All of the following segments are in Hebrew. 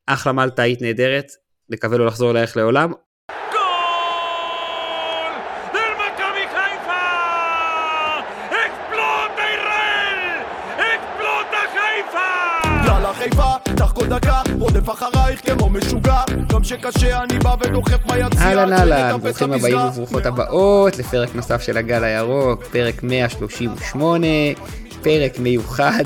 אחלה מלטה, היית נהדרת, נקווה לו לחזור אלייך לעולם. רודף אחרייך כמו משוגע, גם שקשה אני בא ודוחף ביציאה. אהלן, ברוכים הבאים וברוכות הבאות לפרק נוסף של הגל הירוק, פרק 138, פרק מיוחד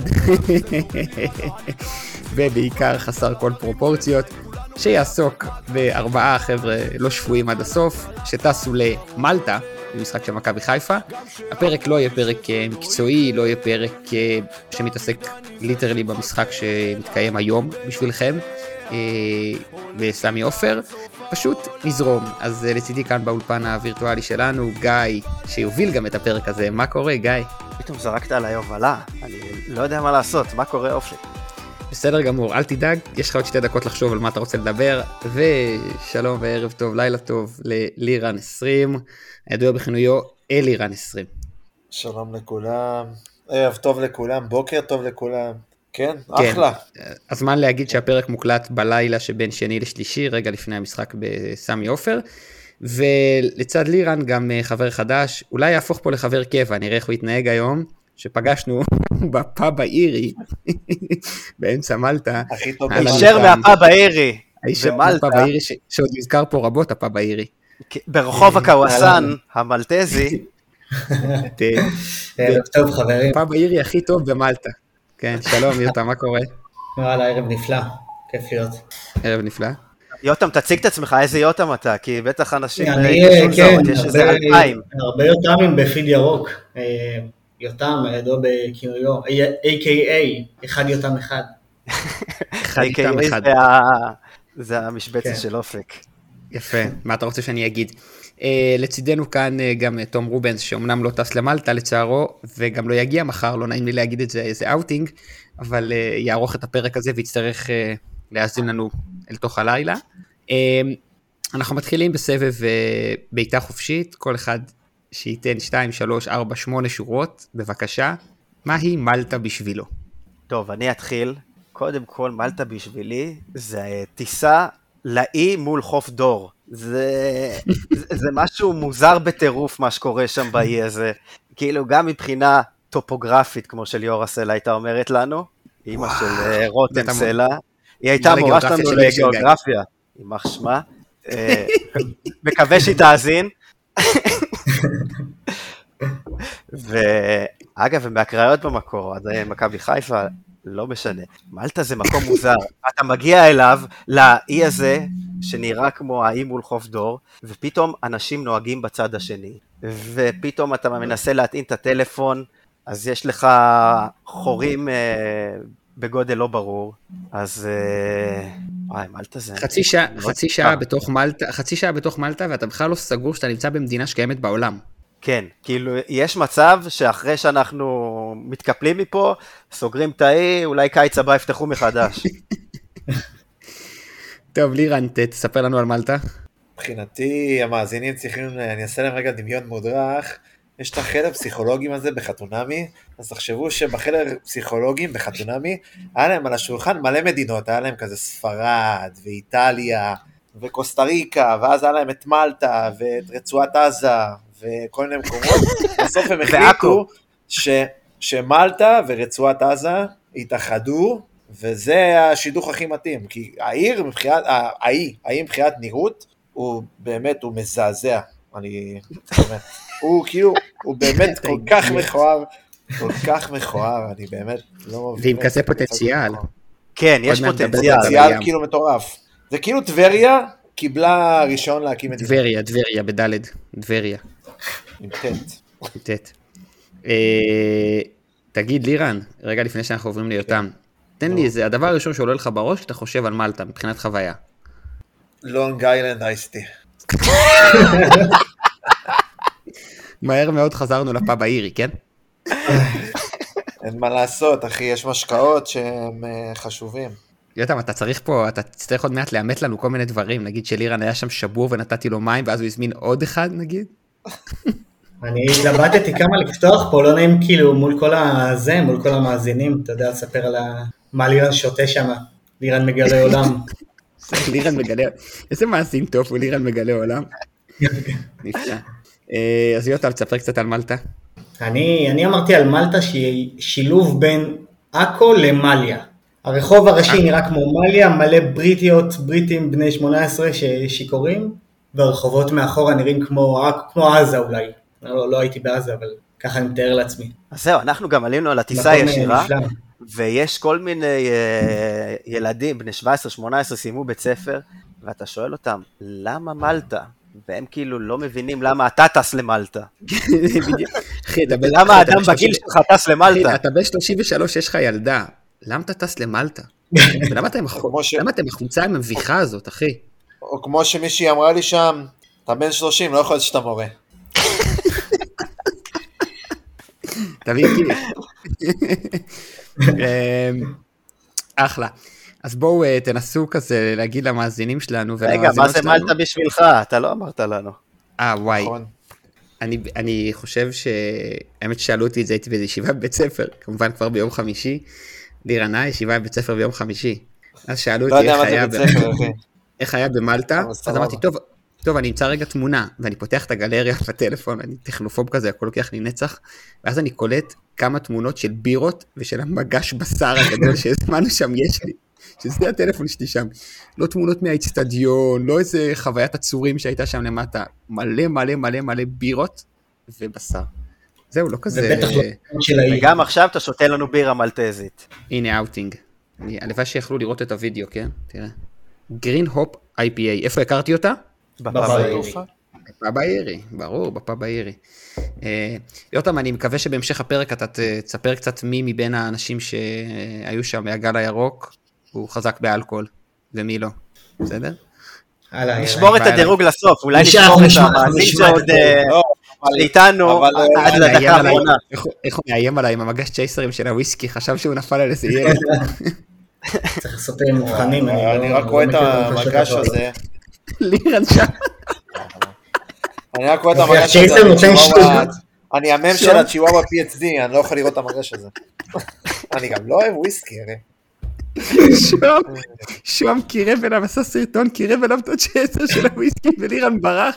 ובעיקר חסר כל פרופורציות, שיעסוק בארבעה חבר'ה לא שפויים עד הסוף, שטסו למלטה, במשחק של מכבי חיפה. הפרק לא יהיה פרק מקצועי, לא יהיה פרק שמתעסק ליטרלי במשחק שמתקיים היום בשבילכם, בסמי עופר, פשוט נזרום. אז לצידי כאן באולפן הווירטואלי שלנו, גיא, שיוביל גם את הפרק הזה. מה קורה, גיא? פתאום זרקת עליי הובלה, אני לא יודע מה לעשות, מה קורה אופק? בסדר גמור, אל תדאג, יש לך עוד 2 דקות לחשוב על מה אתה רוצה לדבר, ושלום וערב טוב, לילה טוב ללירן 20, הידוע בכינויו אלירן 20. שלום לכולם, ערב טוב לכולם, בוקר טוב לכולם, כן, אחלה. הזמן להגיד שהפרק מוקלט בלילה שבין שני לשלישי, רגע לפני המשחק בסמי עופר, ולצד לירן גם חבר חדש, אולי יהפוך פה לחבר קבע, נראה איך הוא יתנהג היום, שפגשנו בפאב האירי, באמצע מלטה. הישר מהפאב האירי, במלטה. הפאב האירי שעוד נזכר פה רבות, הפאב האירי. ברחוב הקוואסן, המלטזי. טוב חברים. הפאב האירי הכי טוב במלטה. כן, שלום יותם, מה קורה? וואלה, ערב נפלא, כיף להיות. ערב נפלא. יותם, תציג את עצמך, איזה יותם אתה? כי בטח אנשים... כן, הרבה יותמים בפיד ירוק. יותם, הידוע בכינויו, a.k.a. אחד יותם אחד. זה המשבצת של אופק. יפה, מה אתה רוצה שאני אגיד? לצידנו כאן גם תום רובנס, שאומנם לא טס למלטה לצערו, וגם לא יגיע מחר, לא נעים לי להגיד את זה, איזה אאוטינג, אבל יערוך את הפרק הזה ויצטרך להאזין לנו אל תוך הלילה. אנחנו מתחילים בסבב בעיטה חופשית, כל אחד שייתן 2, 3, 4, 8 שורות, בבקשה. מהי מלטה בשבילו? טוב, אני אתחיל. קודם כל, מלטה בשבילי זה טיסה לאי מול חוף דור. זה משהו מוזר בטירוף מה שקורה שם באי הזה. כאילו גם מבחינה טופוגרפית, כמו של ליאור הסלע הייתה אומרת לנו, אמא של רותם סלע, היא הייתה מורה שלנו לגיאוגרפיה, יימח שמה. מקווה שהיא תאזין. ואגב, ומהקראיות במקור, עד מכבי חיפה, לא משנה. מלטה זה מקום מוזר. אתה מגיע אליו, לאי הזה, שנראה כמו האי מול חוף דור, ופתאום אנשים נוהגים בצד השני, ופתאום אתה מנסה להטעין את הטלפון, אז יש לך חורים בגודל לא ברור, אז וואי, מלטה זה... חצי שעה בתוך מלטה, ואתה בכלל לא סגור שאתה נמצא במדינה שקיימת בעולם. כן, כאילו יש מצב שאחרי שאנחנו מתקפלים מפה, סוגרים את האי, אולי קיץ הבא יפתחו מחדש. טוב, לירן, תספר לנו על מלטה. מבחינתי, המאזינים צריכים, אני אעשה להם רגע דמיון מודרך, יש את החדר פסיכולוגים הזה בחתונמי, אז תחשבו שבחדר פסיכולוגים בחתונמי, היה להם על השולחן מלא מדינות, היה להם כזה ספרד ואיטליה וקוסטה ריקה, ואז היה להם את מלטה ואת רצועת עזה, וכל מיני מקומות, בסוף הם החליטו שמלטה ורצועת עזה התאחדו, וזה השידוך הכי מתאים, כי האי מבחינת נראות, הוא באמת, הוא מזעזע, הוא כאילו, הוא באמת כל כך מכוער, אני באמת לא מבין. ועם כזה פוטנציאל. כן, יש פוטנציאל כאילו מטורף. זה כאילו טבריה קיבלה ראשון להקים את זה. דבריה, בדלת, דבריה. עם טט. תגיד לירן, רגע לפני שאנחנו עוברים ליותם, תן לי איזה, הדבר הראשון שעולה לך בראש, שאתה חושב על מלטה, מבחינת חוויה. לונג איילנד אייסטי. מהר מאוד חזרנו לפאב האירי, כן? אין מה לעשות, אחי, יש משקאות שהם חשובים. יותם, אתה תצטרך עוד מעט לאמת לנו כל מיני דברים, נגיד שלירן היה שם שבור ונתתי לו מים, ואז הוא הזמין עוד אחד, נגיד? אני התלבטתי כמה לפתוח פה, לא נעים כאילו מול כל המאזינים, אתה יודע, לספר על מה לירן שותה שם, לירן מגלה עולם. לירן מגלה, איזה מאזין טוב הוא לירן מגלה עולם. נפלא. אז יוטל, תספר קצת על מלטה. אני אמרתי על מלטה שהיא שילוב בין עכו למליה. הרחוב הראשי נראה כמו מליה, מלא בריטים בני 18 ששיכורים, והרחובות מאחורה נראים כמו עזה אולי. לא הייתי בעזה, אבל ככה אני מתאר לעצמי. אז זהו, אנחנו גם עלינו על הטיסה הישירה, ויש כל מיני ילדים, בני 17-18, סיימו בית ספר, ואתה שואל אותם, למה מלטה? והם כאילו לא מבינים למה אתה טס למלטה. למה האדם בגיל שלך טס למלטה? אתה ב-33, יש לך ילדה, למה אתה טס למלטה? למה אתה עם החולצה עם המביכה הזאת, אחי? או כמו שמישהי אמרה לי שם, אתה בן 30, לא יכול להיות שאתה מורה. תביא כאילו. אחלה. אז בואו תנסו כזה להגיד למאזינים שלנו. רגע, מה זה מלטה בשבילך? אתה לא אמרת לנו. וואי. אני חושב האמת ששאלו אותי את זה, הייתי באיזו ישיבה בבית ספר, כמובן כבר ביום חמישי, לירנה, ישיבה בבית ספר ביום חמישי. אז שאלו אותי איך היה במלטה, אז אמרתי, טוב, אני אמצא רגע תמונה, ואני פותח את הגלריה בטלפון, אני טכנופוב כזה, הכל לוקח לי נצח, ואז אני קולט כמה תמונות של בירות, ושל המגש בשר הגדול שהזמנו שם יש לי, שזה הטלפון שלי שם, לא תמונות מהאצטדיון, לא איזה חוויית עצורים שהייתה שם למטה, מלא בירות ובשר. זהו, לא כזה. וגם עכשיו אתה שותה לנו בירה מלטזית. הנה אאוטינג. הלוואי שיכלו לראות את הוידאו, כן? תראה. גרין הופ IPA, איפה הכרתי אותה? בפאב העירי, ברור, בפאב העירי. יותם, אני מקווה שבהמשך הפרק אתה תספר קצת מי מבין האנשים שהיו שם מהגל הירוק, הוא חזק באלכוהול, ומי לא, בסדר? נשמור את הדירוג לסוף, אולי נשמור את המאזין שעוד איתנו עד לדקה האחרונה. איך הוא מאיים עליי עם המגש צ'ייסרים של הוויסקי, חשב שהוא נפל על איזה ילד. צריך לעשות מבחנים. אני רק רואה את המגש הזה. לירן שם. אני רק רואה את המגש הזה. אני המם של הצ'יוואווה PhD, אני לא יכול לראות את המגש הזה. אני גם לא אוהב וויסקי, הרי. שום קירב אליו, עשה סרטון, קירב אליו את הצ'ייסר של הוויסקי, ולירן ברח.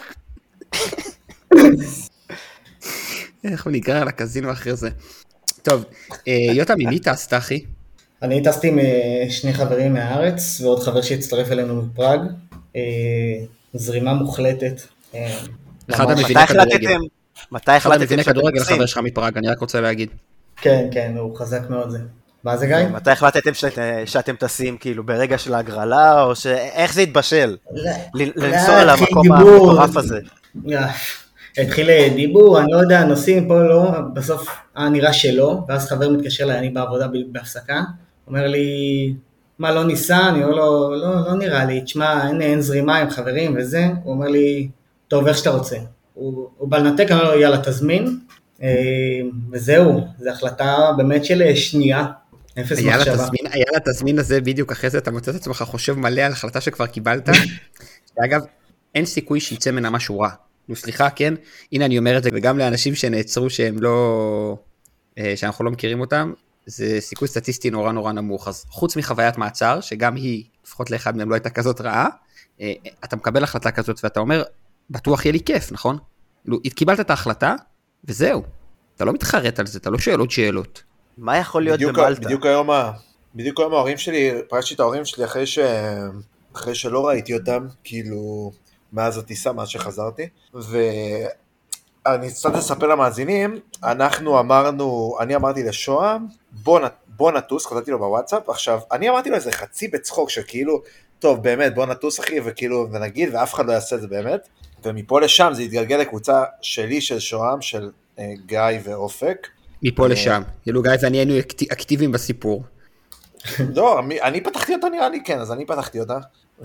איך הוא נגרר לקזינו אחרי זה. טוב, יוטה, ממי טסת, אחי? אני טסתי עם שני חברים מהארץ, ועוד חבר שהצטרף אלינו מפראג. זרימה מוחלטת. אחד המביני כדורגל. מתי החלטתם חבר שלך מפראג, אני רק רוצה להגיד. כן, הוא חזק מאוד זה. מה זה גיא? מתי החלטתם שאתם טסים כאילו ברגע של ההגרלה, או איך זה התבשל? לנסוע למקום המטורף הזה. התחיל דיבור, אני לא יודע, נוסעים פה לא, בסוף נראה שלא, ואז חבר מתקשר אליי, אני בעבודה בהפסקה, אומר לי, מה לא ניסה? אני אומר לו, לא נראה לי, תשמע, אין זרימה עם חברים וזה, הוא אומר לי, טוב, איך שאתה רוצה. הוא בא לנתק, אני אומר לו, יאללה, תזמין, וזהו, זו החלטה באמת של שנייה, אפס מחשבה. יאללה, תזמין הזה בדיוק אחרי זה, אתה מוצא את עצמך חושב מלא על החלטה שכבר קיבלת, ואגב, אין סיכוי שיצא מנה משהו רע. סליחה, כן, הנה אני אומר את זה, וגם לאנשים שנעצרו שהם לא, שאנחנו לא מכירים אותם, זה סיכוי סטטיסטי נורא נמוך, אז חוץ מחוויית מעצר, שגם היא, לפחות לאחד מהם לא הייתה כזאת רעה, אתה מקבל החלטה כזאת, ואתה אומר, בטוח יהיה לי כיף, נכון? קיבלת את ההחלטה, וזהו, אתה לא מתחרט על זה, אתה לא שואל עוד שאלות. מה יכול להיות במלטה? בדיוק היום ההורים שלי, פגשתי את ההורים שלי אחרי שלא ראיתי אותם, כאילו, מאז הטיסה, מאז שחזרתי, ואני קצת אספר למאזינים, אני אמרתי לשוהם, בוא נטוס, כתבתי לו בוואטסאפ, עכשיו, אני אמרתי לו איזה חצי בצחוק, שכאילו, טוב, באמת, בוא נטוס אחי, וכאילו, ונגיד, ואף אחד לא יעשה את זה באמת, ומפה לשם זה התגלגל לקבוצה שלי, של שוהם, של גיא ואופק. מפה לשם, ילו גיא ואני היינו אקטיביים בסיפור. לא, אני פתחתי אותה נראה לי, כן, אז אני פתחתי אותה,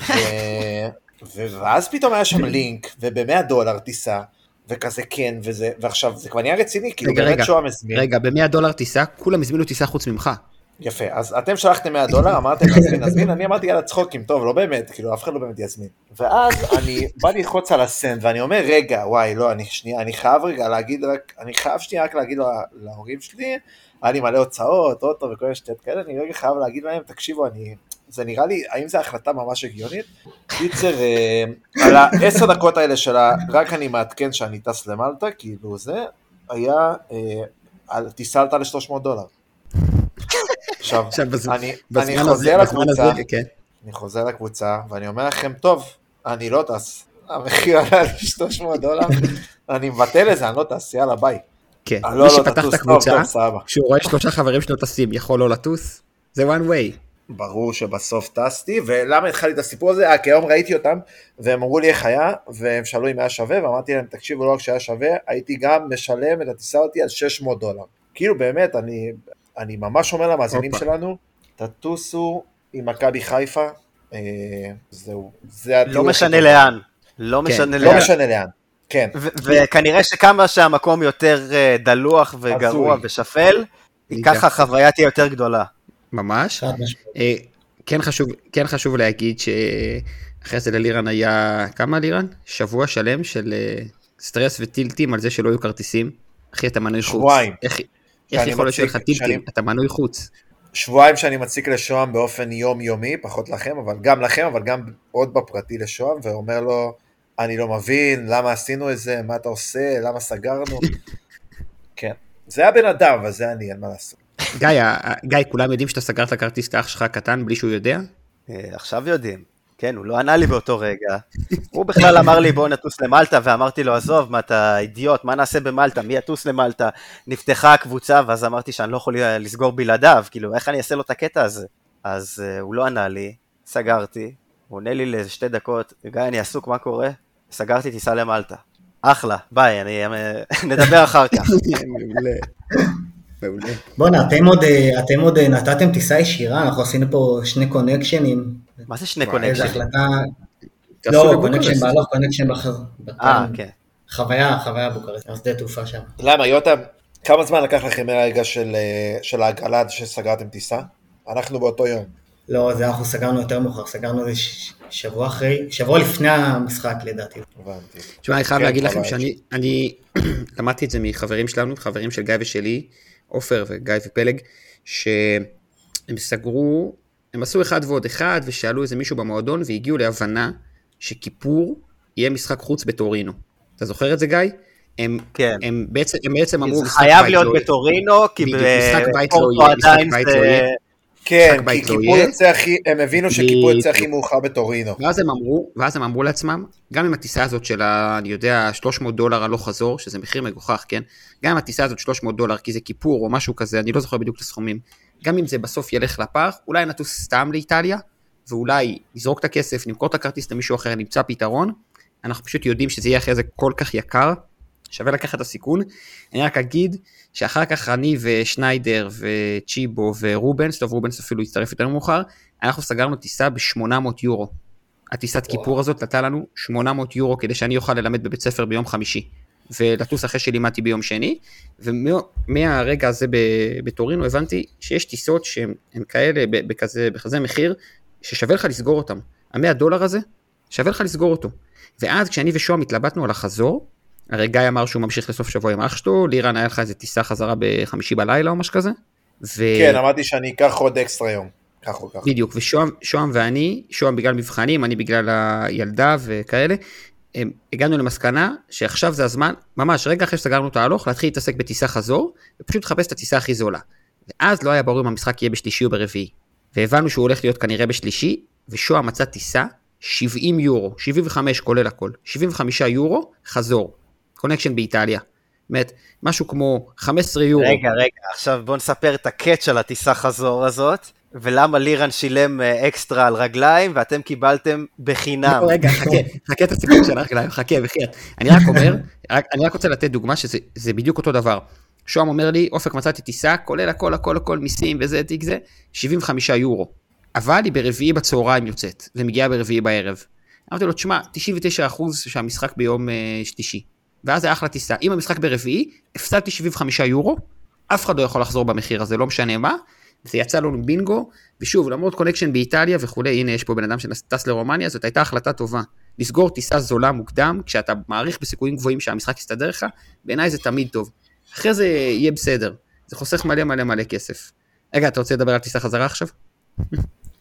ואז פתאום היה שם לינק, וב$100 טיסה, וכזה כן, ועכשיו זה כבר נהיה רציני, כאילו באמת שוהם הזמין. רגע, ב$100 טיסה, כולם הזמינו טיסה חוץ ממך. יפה, אז אתם שלחתם $100, אמרתם נזמין, אני אמרתי יאללה צחוקים, טוב, לא באמת, כאילו אף אחד לא באמת יזמין. ואז אני בא ללחוץ על הסנד, ואני אומר, רגע, וואי, לא, אני חייב רגע להגיד, אני חייב שנייה רק להגיד להורים שלי, היה לי מלא הוצאות, אוטו וכל מיני שטויות כאלה, אני רגע חייב להגיד להם, תקשיבו, זה נראה לי, האם זו החלטה ממש הגיונית? קיצר, על ה10 דקות האלה שלה, רק אני מעדכן שאני טס למלטה, כאילו זה היה, טיסה עלתה ל$300. עכשיו, אני חוזר לקבוצה, ואני אומר לכם, טוב, אני לא טס, המחיר עלה $300, אני מבטל את זה, אני לא טס, יאללה, ביי. כן, מי שפתח את הקבוצה, כשהוא רואה 3 חברים שלו טסים, יכול לא לטוס, זה one way. ברור שבסוף טסתי, ולמה התחלתי את הסיפור הזה? כי היום ראיתי אותם, והם אמרו לי איך היה, והם שאלו אם היה שווה, ואמרתי להם, תקשיבו, לא רק שהיה שווה, הייתי גם משלם את הטיסה אותי על $600. כאילו באמת, אני ממש אומר למאזינים שלנו, תטוסו עם מכבי חיפה, זהו, זה לא משנה לאן. לא משנה לאן. כן. וכנראה שכמה שהמקום יותר דלוח וגרוע ושפל, ככה החוויה תהיה יותר גדולה. ממש. כן חשוב להגיד שאחרי זה ללירן היה, כמה לירן? שבוע שלם של סטרס וטילטים על זה שלא היו כרטיסים. אחי, אתה מנוי חוץ. שבועיים. איך יכול להיות שלך טילטים? אתה מנוי חוץ. שבועיים שאני מציק לשוהם באופן יומיומי, פחות לכם, אבל גם עוד בפרטי לשוהם, ואומר לו, אני לא מבין, למה עשינו את זה, מה אתה עושה, למה סגרנו. כן. זה הבן אדם, אבל זה אני, אין מה לעשות. גיא, כולם יודעים שאתה סגרת כרטיס את האח שלך הקטן בלי שהוא יודע? עכשיו יודעים. כן, הוא לא ענה לי באותו רגע. הוא בכלל אמר לי, בוא נטוס למלטה, ואמרתי לו, עזוב, מה אתה אידיוט, מה נעשה במלטה, מי יטוס למלטה? נפתחה הקבוצה, ואז אמרתי שאני לא יכול לסגור בלעדיו, כאילו, איך אני אעשה לו את הקטע הזה? אז הוא לא ענה לי, סגרתי, הוא עונה לי ל2 דקות, גיא, אני עסוק, מה קורה? סגרתי טיסה למלטה. אחלה, ביי, נדבר אחר כך. בוא'נה, אתם עוד נתתם טיסה ישירה, אנחנו עשינו פה 2 קונקשנים. מה זה 2 קונקשנים? איזו החלטה... לא, קונקשן בהלוך, קונקשן בחזור. כן. חוויה בוקרשט, שדה תעופה שם. למה, יותם, כמה זמן לקח לכם מהרגע של ההגרלה שסגרתם טיסה? אנחנו באותו יום. לא, זה אנחנו סגרנו יותר מאוחר, סגרנו זה שבוע לפני המשחק לדעתי. הבנתי. תשמע, אני חייב להגיד לכם שאני למדתי את זה מחברים שלנו, חברים של גיא ושלי, עופר וגיא ופלג, שהם סגרו, הם עשו 1 ועוד 1, ושאלו איזה מישהו במועדון, והגיעו להבנה שכיפור יהיה משחק חוץ בטורינו. אתה זוכר את זה, גיא? הם בעצם אמרו, זה חייב להיות בטורינו, כי בפורטו עדיין זה... כן, כי כיפור יוצא הכי, הם הבינו שכיפור יוצא הכי מאוחר בטורינו. ואז הם אמרו לעצמם, גם עם הטיסה הזאת של, אני יודע, $300 הלוך חזור, שזה מחיר מגוחך, כן? גם עם הטיסה הזאת $300, כי זה כיפור או משהו כזה, אני לא זוכר בדיוק את הסכומים, גם אם זה בסוף ילך לפח, אולי נטוס סתם לאיטליה, ואולי נזרוק את הכסף, נמכור את הכרטיס למישהו אחר, נמצא פתרון, אנחנו פשוט יודעים שזה יהיה אחרי זה כל כך יקר, שווה לקחת את הסיכון. אני רק אגיד שאחר כך אני ושניידר וצ'יבו ורובנס, טוב רובנס אפילו יצטרף יותר מאוחר, אנחנו סגרנו טיסה ב$800. הטיסת כיפור הזאת נתנה לנו €800 כדי שאני אוכל ללמד בבית ספר ביום חמישי, ולטוס אחרי שלימדתי ביום שני, ומהרגע הזה בטורינו הבנתי שיש טיסות שהן כאלה בכזה מחיר, ששווה לך לסגור אותם. $100 הזה, שווה לך לסגור אותו. ואז כשאני ושוהם התלבטנו על החזור, הרי גיא אמר שהוא ממשיך לסוף שבוע עם אח שלו, לירן היה לך איזה טיסה חזרה ב5 בלילה או משהו כזה. כן, אמרתי שאני אקח עוד אקסטרה יום. כך או כך. בדיוק, ושוהם ואני, שוהם בגלל מבחנים, אני בגלל הילדה וכאלה, הגענו למסקנה שעכשיו זה הזמן, ממש רגע אחרי שסגרנו את ההלוך, להתחיל להתעסק בטיסה חזור, ופשוט לחפש את הטיסה הכי זולה. ואז לא היה ברור אם המשחק יהיה בשלישי או ברביעי. והבנו שהוא הולך להיות כנראה בשלישי, ושוהם מצא טיסה, €70, 75 כולל הכל, €75 חזור. קונקשן באיטליה. באמת, משהו כמו €15. רגע, עכשיו בוא נספר את הקאץ' של הטיסה חזור הזאת, ולמה לירן שילם אקסטרה על רגליים, ואתם קיבלתם בחינם. רגע, חכה את הסיפור של הרגליים, חכה, בחייאת. אני רק אומר, אני רק רוצה לתת דוגמה שזה בדיוק אותו דבר. שוהם אומר לי, אופק מצאתי טיסה, כולל הכל, מיסים וזה, תיק זה, €75. אבל היא ברביעי בצהריים יוצאת, ומגיעה ברביעי בערב. אמרתי לו, תשמע, 99% שהמשחק ביום שלישי. ואז זה אחלה טיסה. אם המשחק ברביעי, הפסדתי €75, אף אחד לא יכול לחזור במחיר הזה, לא משנה מה, זה יצא לנו בינגו, ושוב, למרות קונקשן באיטליה וכולי, הנה יש פה בן אדם שטס לרומניה, זאת הייתה החלטה טובה. לסגור טיסה זולה מוקדם, כשאתה מעריך בסיכויים גבוהים שהמשחק יסתדר לך, בעיניי זה תמיד טוב. אחרי זה יהיה בסדר. זה חוסך מלא כסף. רגע, אתה רוצה לדבר על טיסה חזרה עכשיו?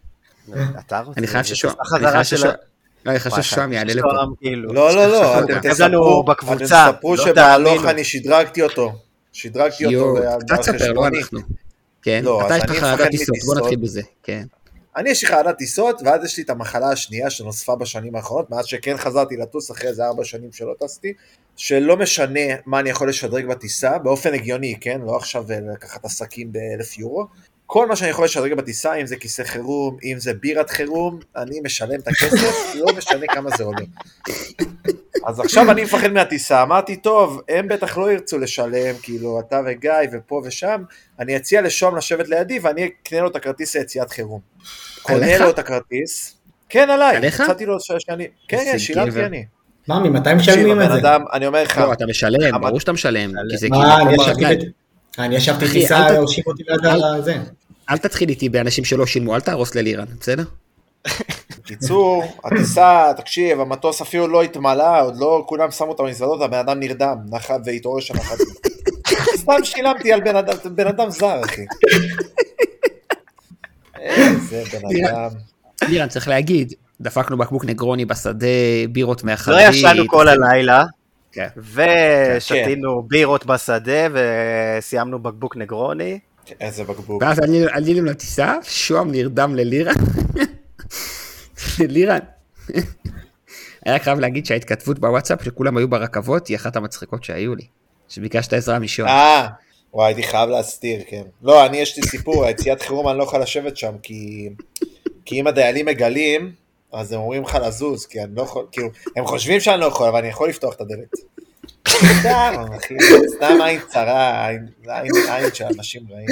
אתה רוצה? אני חייב ששום, אני חייב ששום יעלה לפה. לא, אתם תספרו בקבוצה. שבהלוך אני שדרגתי אותו. קצת ספר, לא אנחנו. כן, אתה יש לך חרדת טיסות, בוא נתחיל בזה. כן. אני יש לי חרדת טיסות, ואז יש לי את המחלה השנייה שנוספה בשנים האחרונות, מאז שכן חזרתי לטוס אחרי איזה 4 שנים שלא טסתי, שלא משנה מה אני יכול לשדרג בטיסה, באופן הגיוני, כן? לא עכשיו לקחת עסקים ב1,000 יורו, כל מה שאני יכול לשדרג בטיסה, אם זה כיסא חירום, אם זה בירת חירום, אני משלם את הכסף, לא משנה כמה זה עולה. אז עכשיו אני מפחד מהטיסה, אמרתי, טוב, הם בטח לא ירצו לשלם, כאילו, אתה וגיא ופה ושם, אני אציע לשום לשבת לידי, ואני אקנה לו את הכרטיס ליציאת חירום. קונה לו את הכרטיס, כן, עליי, הצעתי לו שאני, כן, שילמתי אני. מה, ממתי משלמים את זה? אני אומר לך. לא, אתה משלם, ברור שאתה משלם, כי זה אני ישבתי טיסה, הושיב אותי ליד זה. אל תתחיל איתי באנשים שלא שילמו, אל תהרוס ללירן, בסדר? בקיצור, הטיסה, תקשיב, המטוס אפילו לא התמלא, עוד לא כולם שמו את המזוודות, הבן אדם נרדם, נחת והתעורר שנחתי. סתם שילמתי על בן אדם זר, אחי. איזה בן אדם. לירן, צריך להגיד, דפקנו בקבוק נגרוני בשדה, בירות מהחבית. לא ישנו כל הלילה, ושתינו בירות בשדה, וסיימנו בקבוק נגרוני. איזה בקבוק. ואז עלינו לטיסה, שום נרדם ללירן. לירן. היה חייב להגיד שההתכתבות בוואטסאפ, שכולם היו ברכבות, היא אחת המצחיקות שהיו לי. שביקשת עזרה משום. וואי, הייתי חייב להסתיר, כן. לא, אני יש לי סיפור, היציאת חירום אני לא יכול לשבת שם, כי אם הדיילים מגלים, אז הם אומרים לך לזוז, כי אני לא יכול, כאילו, הם חושבים שאני לא יכול, אבל אני יכול לפתוח את הדלת. סתם, אחי, סתם עין צרה, עין של אנשים רעים.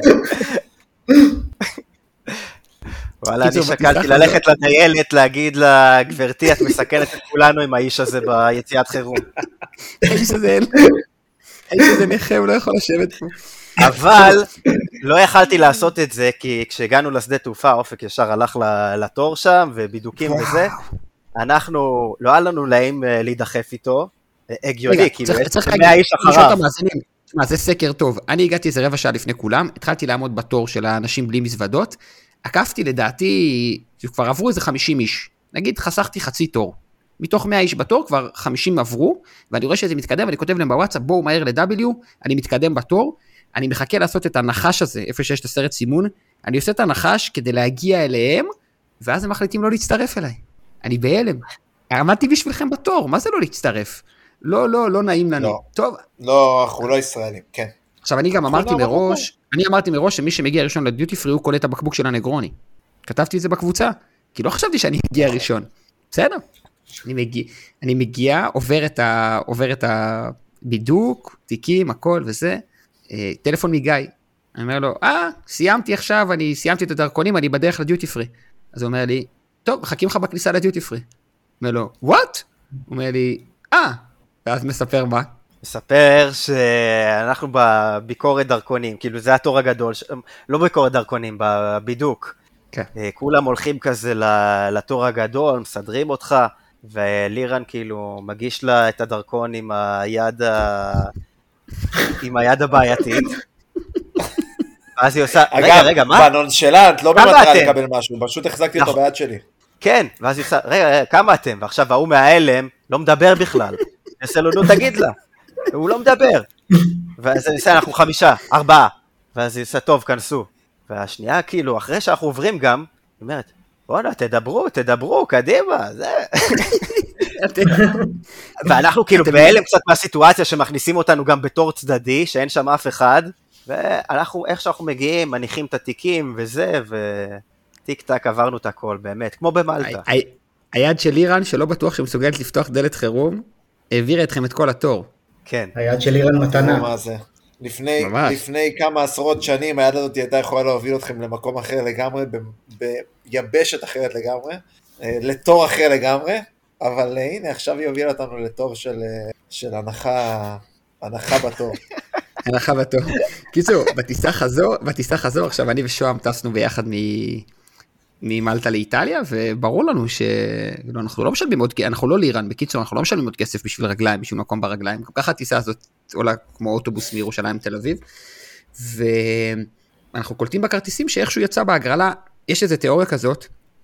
וואלה, אני שקלתי ללכת לדיילת, להגיד לה, גברתי, את מסכנת את כולנו עם האיש הזה ביציאת חירום. האיש הזה נכה, הוא לא יכול לשבת פה. אבל לא יכלתי לעשות את זה, כי כשהגענו לשדה תעופה, אופק ישר הלך לתור שם, ובידוקים וזה, אנחנו, לא היה לנו להם להידחף איתו, הגיוני, כאילו, צריך להגיד, אחריו. זה סקר טוב, אני הגעתי איזה רבע שעה לפני כולם, התחלתי לעמוד בתור של האנשים בלי מזוודות, עקפתי לדעתי, כבר עברו איזה 50 איש, נגיד חסכתי חצי תור, מתוך 100 איש בתור כבר 50 עברו, ואני רואה שזה מתקדם, ואני כותב להם בוואטסאפ, בואו מהר ל-W, אני מתקדם בתור, אני מחכה לעשות את הנחש הזה, איפה שיש את הסרט סימון, אני עושה את הנחש כדי להגיע אליהם, ואז הם מחליטים לא להצטרף אליי, אני בהלם, עמדתי בשבילכם בתור, מה זה לא להצטרף? לא נעים לנו, לא, טוב. לא, אנחנו לא ישראלים, כן. עכשיו אני גם אמרתי מראש שמי שמגיע ראשון לדיוטי פרי הוא קולט הבקבוק של הנגרוני. כתבתי את זה בקבוצה, כי לא חשבתי שאני אגיע ראשון. בסדר. אני מגיע, עובר את הבידוק, תיקים, הכל וזה. טלפון מגיא. אני אומר לו, סיימתי עכשיו, אני סיימתי את הדרכונים, אני בדרך לדיוטי פרי. אז הוא אומר לי, טוב, מחכים לך בכניסה לדיוטי פרי. אומר לו, what? הוא אומר לי, ואז מספר מה? מספר שאנחנו בביקורת דרכונים, כאילו זה התור הגדול, לא בביקורת דרכונים, בבידוק. כן. כולם הולכים כזה לתור הגדול, מסדרים אותך, ולירן כאילו מגיש לה את הדרכון עם היד הבעייתית. אז היא עושה, רגע, מה? בנונשלנט, לא במטרה לקבל משהו, פשוט החזקתי אותו ביד שלי. כן, ואז היא עושה, רגע, כמה אתם? ועכשיו ההוא מההלם לא מדבר בכלל. עושה לו, תגיד לה. הוא לא מדבר. ואז אני עושה, אנחנו 5, 4. ואז היא עושה, טוב, כנסו. והשנייה, כאילו, אחרי שאנחנו עוברים גם, היא אומרת, בוא'נה, תדברו, קדימה, זה. ואנחנו כאילו בהלם קצת מהסיטואציה שמכניסים אותנו גם בתור צדדי, שאין שם אף אחד, ואנחנו, איך שאנחנו מגיעים, מניחים את התיקים וזה, וטיק טק עברנו את הכל, באמת, כמו במלטה. היד של אירן, שלא בטוח שמסוגלת לפתוח דלת חירום, העבירה אתכם את כל התור. כן. היד של אירן מתנה. מה זה? לפני כמה עשרות שנים, היד הזאת הייתה יכולה להוביל אתכם למקום אחר לגמרי, ביבשת אחרת לגמרי, לתור אחר לגמרי, אבל הנה, עכשיו היא הובילה אותנו לתור של הנחה בתור. הנחה בתור. קיצור, בטיסה חזור, עכשיו אני ושואם טסנו ביחד ממלטה לאיטליה, וברור לנו שאנחנו לא משלמים עוד, אנחנו לא לירן, בקיצור, אנחנו לא משלמים עוד כסף בשביל רגליים, בשביל מקום ברגליים, גם ככה הטיסה הזאת עולה כמו אוטובוס מירושלים תל אביב, ואנחנו קולטים בכרטיסים שאיכשהו יצא בהגרלה, יש איזו תיאוריה כזאת,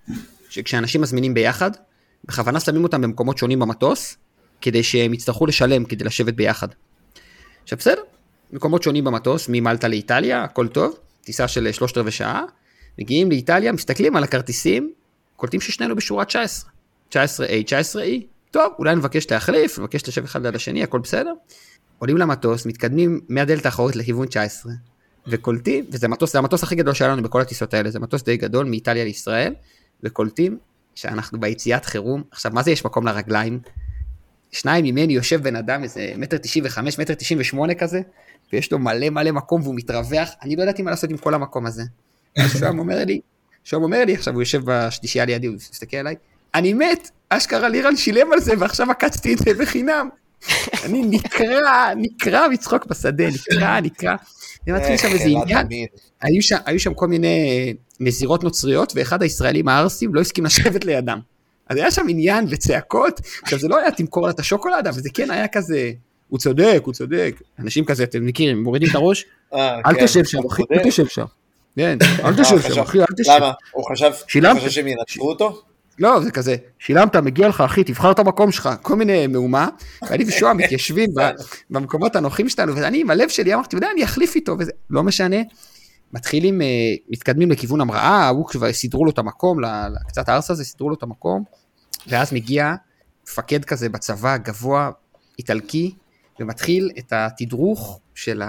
שכשאנשים מזמינים ביחד, בכוונה שמים אותם במקומות שונים במטוס, כדי שהם יצטרכו לשלם כדי לשבת ביחד. עכשיו בסדר, מקומות שונים במטוס, ממלטה לאיטליה, הכל טוב, טיסה של 3/4 שעה, מגיעים לאיטליה, מסתכלים על הכרטיסים, קולטים ששנינו בשורה 19, 19A, 19E, טוב, אולי נבקש להחליף, נבקש לשבת אחד ליד השני, הכל בסדר, עולים למטוס, מתקדמים מהדלת האחורית לכיוון 19, וקולטים, וזה מטוס, זה המטוס הכי גדול שלנו בכל הטיסות האלה, זה מטוס די גדול מאיטליה לישראל, וקולטים שאנחנו ביציאת חירום, עכשיו מה זה יש מקום לרגליים? שניים ממני יושב בן אדם איזה 1.95 1.98 כזה, ויש לו מלא מלא מקום והוא מתרווח, אני לא ידעתי מה לעשות עם כל המקום הזה. שום אומר לי, עכשיו הוא יושב בשלישייה לידי, הוא מסתכל עליי, אני מת, אשכרה לירן שילם על זה, ועכשיו עקצתי את זה בחינם. אני נקרא מצחוק בשדה, נקרא. ומתחיל שם איזה עניין, היו שם כל מיני נזירות נוצריות, ואחד הישראלים הערסים לא הסכים לשבת לידם. אז היה שם עניין וצעקות, עכשיו זה לא היה תמכור לה את השוקולד, אבל זה כן היה כזה, הוא צודק, אנשים כזה, אתם מכירים, מורידים את הראש, אל תשב שם, אחי, אל תשב שם. כן, אל תשב שם, אחי, אל תשב. למה? הוא חשב שהם ינצחו אותו? לא, זה כזה, שילמת, מגיע לך, אחי, תבחר את המקום שלך, כל מיני מהומה, ואני ושועה מתיישבים במקומות הנוחים שלנו, ואני עם הלב שלי אמרתי, אני אחליף איתו, וזה לא משנה, מתקדמים לכיוון המראה, הוא כבר סידרו לו את המקום, קצת הארס הזה, סידרו לו את המקום, ואז מגיע מפקד כזה בצבא, גבוה, איטלקי, ומתחיל את התדרוך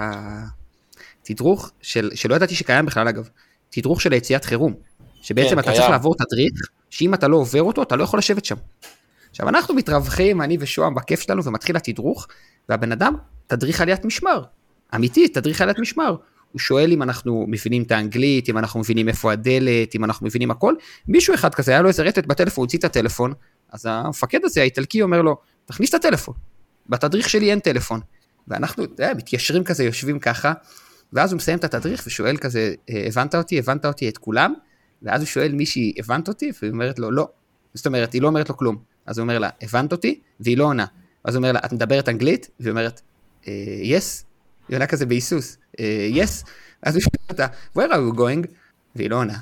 שלא ידעתי שקיים בכלל אגב, תדרוך של היציאת חירום, שבעצם אתה צריך לעבור תדריך, שאם אתה לא עובר אותו, אתה לא יכול לשבת שם. עכשיו אנחנו מתרווחים, אני ושוהם בכיף שלנו, ומתחיל התדרוך, והבן אדם תדריך עליית משמר, אמיתי, תדריך עליית משמר, הוא שואל אם אנחנו מבינים את האנגלית, אם אנחנו מבינים איפה הדלת, אם אנחנו מבינים הכל, מישהו אחד כזה, היה לו איזה רטט בטלפון, הוא הוציא את הטלפון, אז המפקד הזה, האיטלקי, אומר לו, תכניס את הטלפון, בתדריך שלי אין טלפון, ואנחנו מתיישרים כזה, יושבים ככה, ואז הוא מסיים את התדריך, ושואל כזה, הבנת אותי את כולם, ואז הוא שואל מישהי, הבנת אותי? והיא אומרת לו, לא, זאת אומרת, היא לא אומרת לו כלום, אז הוא אומר לה, הבנת אותי? והיא לא עונה, אז הוא אומר לה, את מדברת אנגלית? והיא אומרת, yes, היא עונה כזה בהיסוס, yes, אז הוא שואל אותה, where are you going? והיא לא עונה.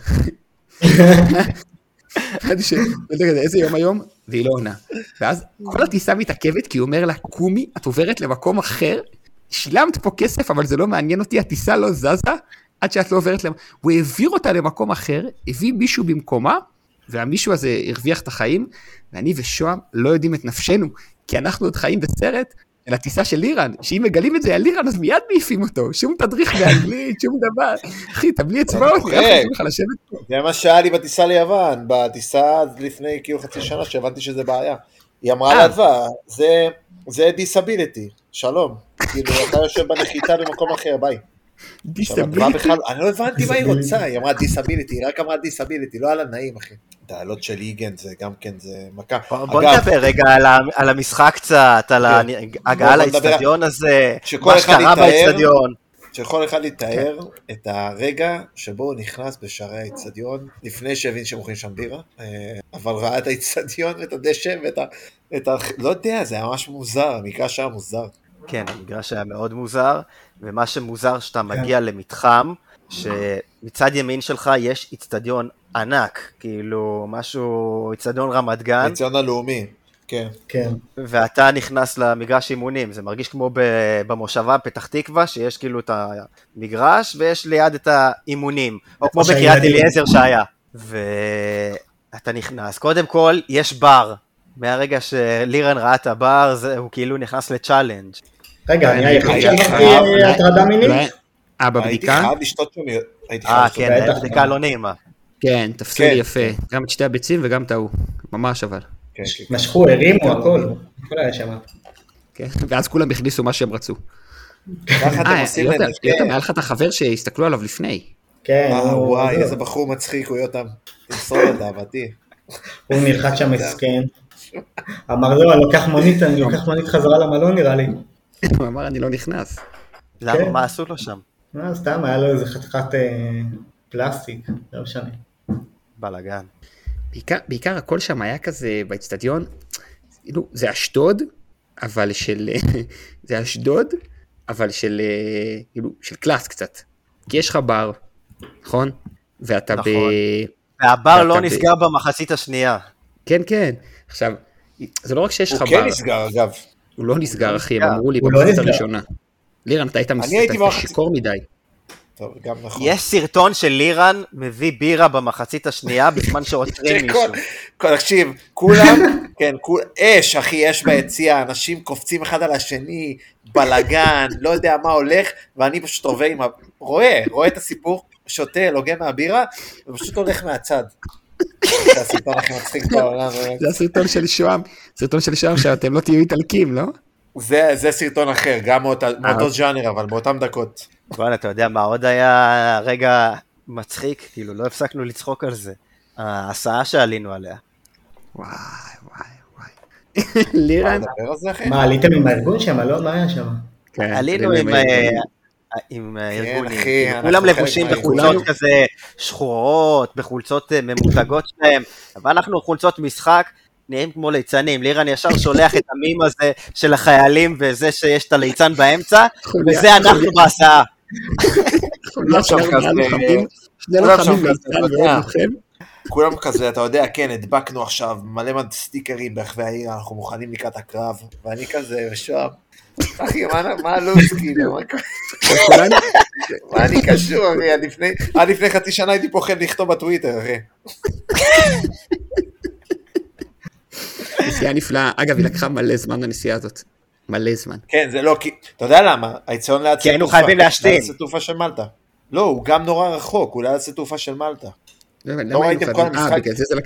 איזה יום היום? והיא לא עונה. ואז כל הטיסה מתעכבת, כי הוא אומר לה, קומי, את עוברת למקום אחר, שילמת פה כסף, אבל זה לא מעניין אותי, הטיסה לא זזה, עד שאת לא עוברת למקום. הוא העביר אותה למקום אחר, הביא מישהו במקומה, והמישהו הזה הרוויח את החיים, ואני ושוהם לא יודעים את נפשנו, כי אנחנו עוד חיים בסרט, לטיסה של לירן, שאם מגלים את זה על לירן, אז מיד מעיפים אותו, שום תדריך באנגלית, שום דבר, אחי, תבלי אצבעות, זה מה שהיה לי בטיסה ליוון, בטיסה לפני כאילו חצי שנה, שהבנתי שזה בעיה, היא אמרה לאדווה, זה דיסביליטי, שלום, כאילו אתה יושב בנחיתה במקום אחר, ביי. דיסביליטי? אני לא הבנתי מה היא רוצה, היא אמרה דיסביליטי, היא רק אמרה דיסביליטי, לא על הנעים אחי. דעלות של איגן זה גם כן, זה מכה. בוא נדבר רגע על המשחק קצת, על ההגעה לאצטדיון הזה, מה שקרה באצטדיון. שכל אחד יתאר את הרגע שבו הוא נכנס בשערי האצטדיון, לפני שהבין שמוכרים שם בירה, אבל ראה את האצטדיון ואת הדשא לא יודע, זה היה ממש מוזר, המגרש היה מוזר. כן, המגרש היה מאוד מוזר, ומה שמוזר שאתה מגיע למתחם, שמצד ימין שלך יש אצטדיון ענק, כאילו משהו, אצטדיון רמת גן. אצטדיון הלאומי, כן. כן. ואתה נכנס למגרש אימונים, זה מרגיש כמו במושבה פתח תקווה, שיש כאילו את המגרש, ויש ליד את האימונים, או כמו בקריית אליעזר שהיה. ואתה נכנס, קודם כל יש בר, מהרגע שלירן ראה את הבר, הוא כאילו נכנס לצ'אלנג'. רגע, אני היחיד שעברתי הטרדה מינית? בבדיקה? הייתי חייב לשתות שם, כן, בבדיקה לא נעימה. כן, תפסו לי יפה, גם את שתי הביצים וגם את ההוא, ממש אבל. משכו, הרימו, הכל היה שם. ואז כולם הכניסו מה שהם רצו. יותם, היה לך את החבר שהסתכלו עליו לפני. כן. וואי, איזה בחור מצחיק הוא יותם, תמסור את אהבתי. הוא נלחץ שם מסכן. אמר לו, אני לוקח מונית חזרה למלון נראה לי. הוא אמר, אני לא נכנס. למה? מה עשו לו שם? סתם, היה לו איזה חתיכת פלסטיק, לא משנה. בלגן. בעיקר הכל שם היה כזה באצטדיון, זה אשדוד, אבל של קלאס קצת. כי יש לך בר, נכון? ואתה והבר לא נסגר במחצית השנייה. כן, כן. עכשיו, זה לא רק שיש לך בר. הוא כן נסגר, אגב. הוא לא נסגר, אחי, הם אמרו לי במחצית הראשונה. לירן, אתה היית שיכור מדי. טוב, גם נכון. יש סרטון של לירן מביא בירה במחצית השנייה בזמן שעוצרים מישהו. תקשיב, כולם, כן, אש, אחי, אש ביציאה, אנשים קופצים אחד על השני, בלגן, לא יודע מה הולך, ואני פשוט עובר עם רואה את הסיפור, שותה, לוגה מהבירה, ופשוט הולך מהצד. זה הסרטון הכי מצחיק בעולם. זה הסרטון של שוהם, שאתם לא תהיו איטלקים, לא? זה סרטון אחר, גם מאותו ז'אנר, אבל באותם דקות. אבל אתה יודע מה עוד היה רגע מצחיק, כאילו לא הפסקנו לצחוק על זה, ההסעה שעלינו עליה. וואי. לירן? מה, עליתם עם הארגון שם, לא? מה היה שם? עלינו עם הארגונים, כולם לבושים בחולצות כזה שחורות, בחולצות ממותגות שלהם, אבל אנחנו חולצות משחק, נראים כמו ליצנים, לירן ישר שולח את המים הזה של החיילים וזה שיש את הליצן באמצע, וזה אנחנו בהסעה. כולם כזה, אתה יודע, כן, הדבקנו עכשיו מלא סטיקרים ברחבי העיר, אנחנו מוכנים לקראת הקרב, ואני כזה, ושם, אחי, מה הלו"ז, כאילו, מה אני קשור, אחי, עד לפני חצי שנה הייתי פוחד לכתוב בטוויטר, אחי. נסיעה נפלאה, אגב, היא לקחה מלא זמן לנסיעה הזאת, מלא זמן. כן, זה לא, אתה יודע למה? היציון ליד כי היינו חייבים להשתין. ליד תעופה של מלטה. לא, הוא גם נורא רחוק, הוא ליד תעופה של מלטה. לא ראיתם כל המשחק,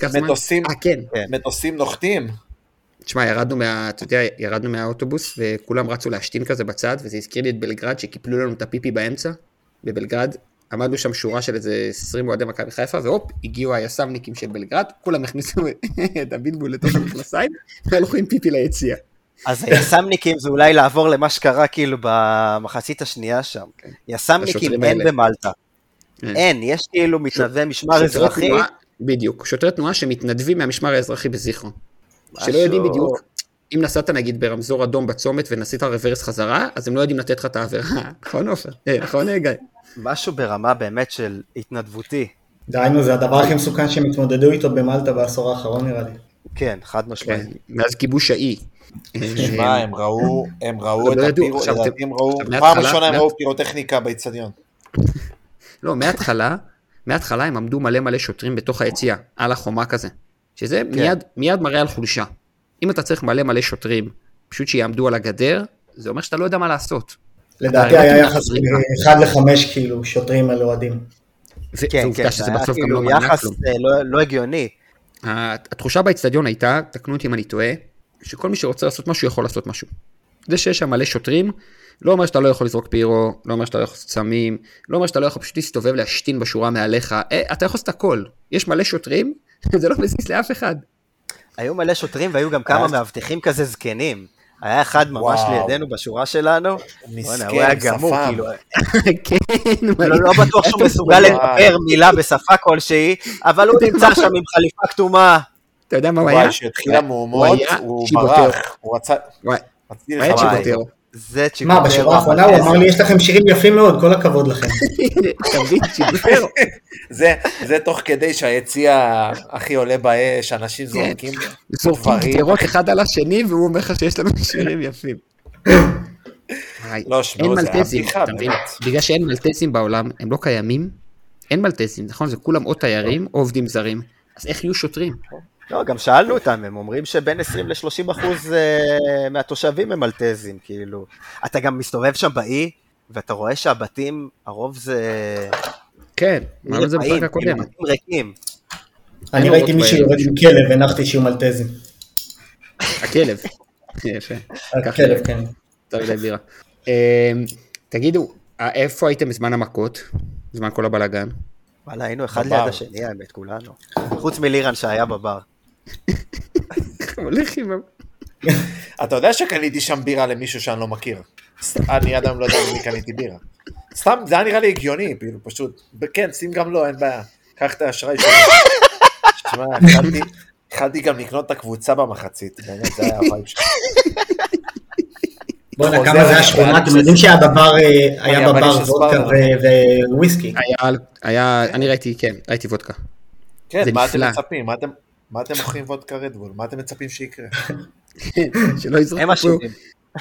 מטוסים נוחתים. תשמע, ירדנו מהאוטובוס, וכולם רצו להשתין כזה בצד, וזה הזכיר לי את בלגרד, שקיפלו לנו את הפיפי באמצע, בבלגרד, עמדנו שם שורה של איזה 20 מועדי מכבי חיפה, והופ, הגיעו היס"מניקים של בלגרד, כולם הכניסו את הביטבול לתוך המכנסיים, והלכו עם פיפי ליציאה. אז היס"מניקים זה אולי לעבור למה שקרה כאילו במחצית השנייה שם. יס"מניקים אין במלטה. אין, יש כאילו מתנדבי משמר אזרחי. בדיוק, שוטרי תנועה שמתנדבים מהמשמר האזרחי בזיכרון. שלא יודעים בדיוק, אם נסעת נגיד ברמזור אדום בצומת ונסית רוורס חזרה, אז הם לא יודעים לתת לך את העבירה. נכון עופר? נכון גיא? משהו ברמה באמת של התנדבותי. דיינו, זה הדבר הכי מסוכן שהם התמודדו איתו במלטה בעשור האחרון נראה לי. כן, חד משמעית. מאז כיבוש האי. שמע, הם ראו את הפירו, פעם ראשונה הם ראו פירוטכניקה באצטדיון. לא, מההתחלה הם עמדו מלא שוטרים בתוך היציאה, על החומה כזה, שזה מיד מראה על חולשה. אם אתה צריך מלא שוטרים, פשוט שיעמדו על הגדר, זה אומר שאתה לא יודע מה לעשות. לדעתי היה יחס 1-5 כאילו, שוטרים על אוהדים. כן, זה היה כאילו יחס לא הגיוני. התחושה באצטדיון הייתה, תקנו אותי אם אני טועה, שכל מי שרוצה לעשות משהו יכול לעשות משהו. זה שיש שם מלא שוטרים, לא אומר שאתה לא יכול לזרוק פירו, לא אומר שאתה לא יכול לעשות סמים, לא אומר שאתה לא יכול פשוט להסתובב להשתין בשורה מעליך, אתה יכול לעשות הכל. יש מלא שוטרים, זה לא מזיז לאף אחד. היו מלא שוטרים והיו גם כמה מאבטחים כזה זקנים. היה אחד ממש לידינו בשורה שלנו, הוא היה גמור, כאילו. לא בטוח שהוא מסוגל לדבר מילה בשפה כלשהי, אבל הוא נמצא שם עם חליפה כתומה. אתה יודע מה הוא היה? שהתחילה מהומות, הוא ברח, הוא רצה... היה צ'יבוטרו. מה, בשורה האחרונה הוא אמר לי, יש לכם שירים יפים מאוד, כל הכבוד לכם. תבין, צ'יבוטרו. זה תוך כדי שהיציע הכי עולה באש, אנשים זורקים פטרות אחד על השני, והוא אומר לך שיש לנו שירים יפים. אין מלטזים, אתה מבין? בגלל שאין מלטזים בעולם, הם לא קיימים, אין מלטזים, נכון? זה כולם או תיירים או עובדים זרים, אז איך יהיו שוטרים? לא, גם שאלנו אותם, הם אומרים שבין 20-30% מהתושבים הם מלטזים, כאילו. אתה גם מסתובב שם באי, ואתה רואה שהבתים, הרוב זה... כן, מה זה בפרק הקודם? בתים ריקים. אני ראיתי מישהו יורד עם כלב, הנחתי שהוא מלטזי. הכלב. יפה. הכלב, כן. טוב, די בירה. תגידו, איפה הייתם בזמן המכות? בזמן כל הבלגן? וואלה, היינו אחד ליד השני, האמת, כולנו. חוץ מלירן שהיה בבר. הולך עם... אתה יודע שקניתי שם בירה למישהו שאני לא מכיר. אני עד היום לא יודע אם קניתי בירה. סתם, זה היה נראה לי הגיוני, פשוט. כן, שים גם לא, אין בעיה. קח את האשראי שלי. תשמע, התחלתי גם לקנות את הקבוצה במחצית. באמת, זה היה הווייב שלי. בוא'נה, כמה זה השכונה, אתם יודעים שהיה בבר וודקה וויסקי. אני ראיתי, כן, ראיתי וודקה. כן, זה מה אתם נפלא. מצפים? מה אתם מוכרים וודקה רדבול? מה אתם מצפים שיקרה? שלא הם יזרקו פה, אשמים.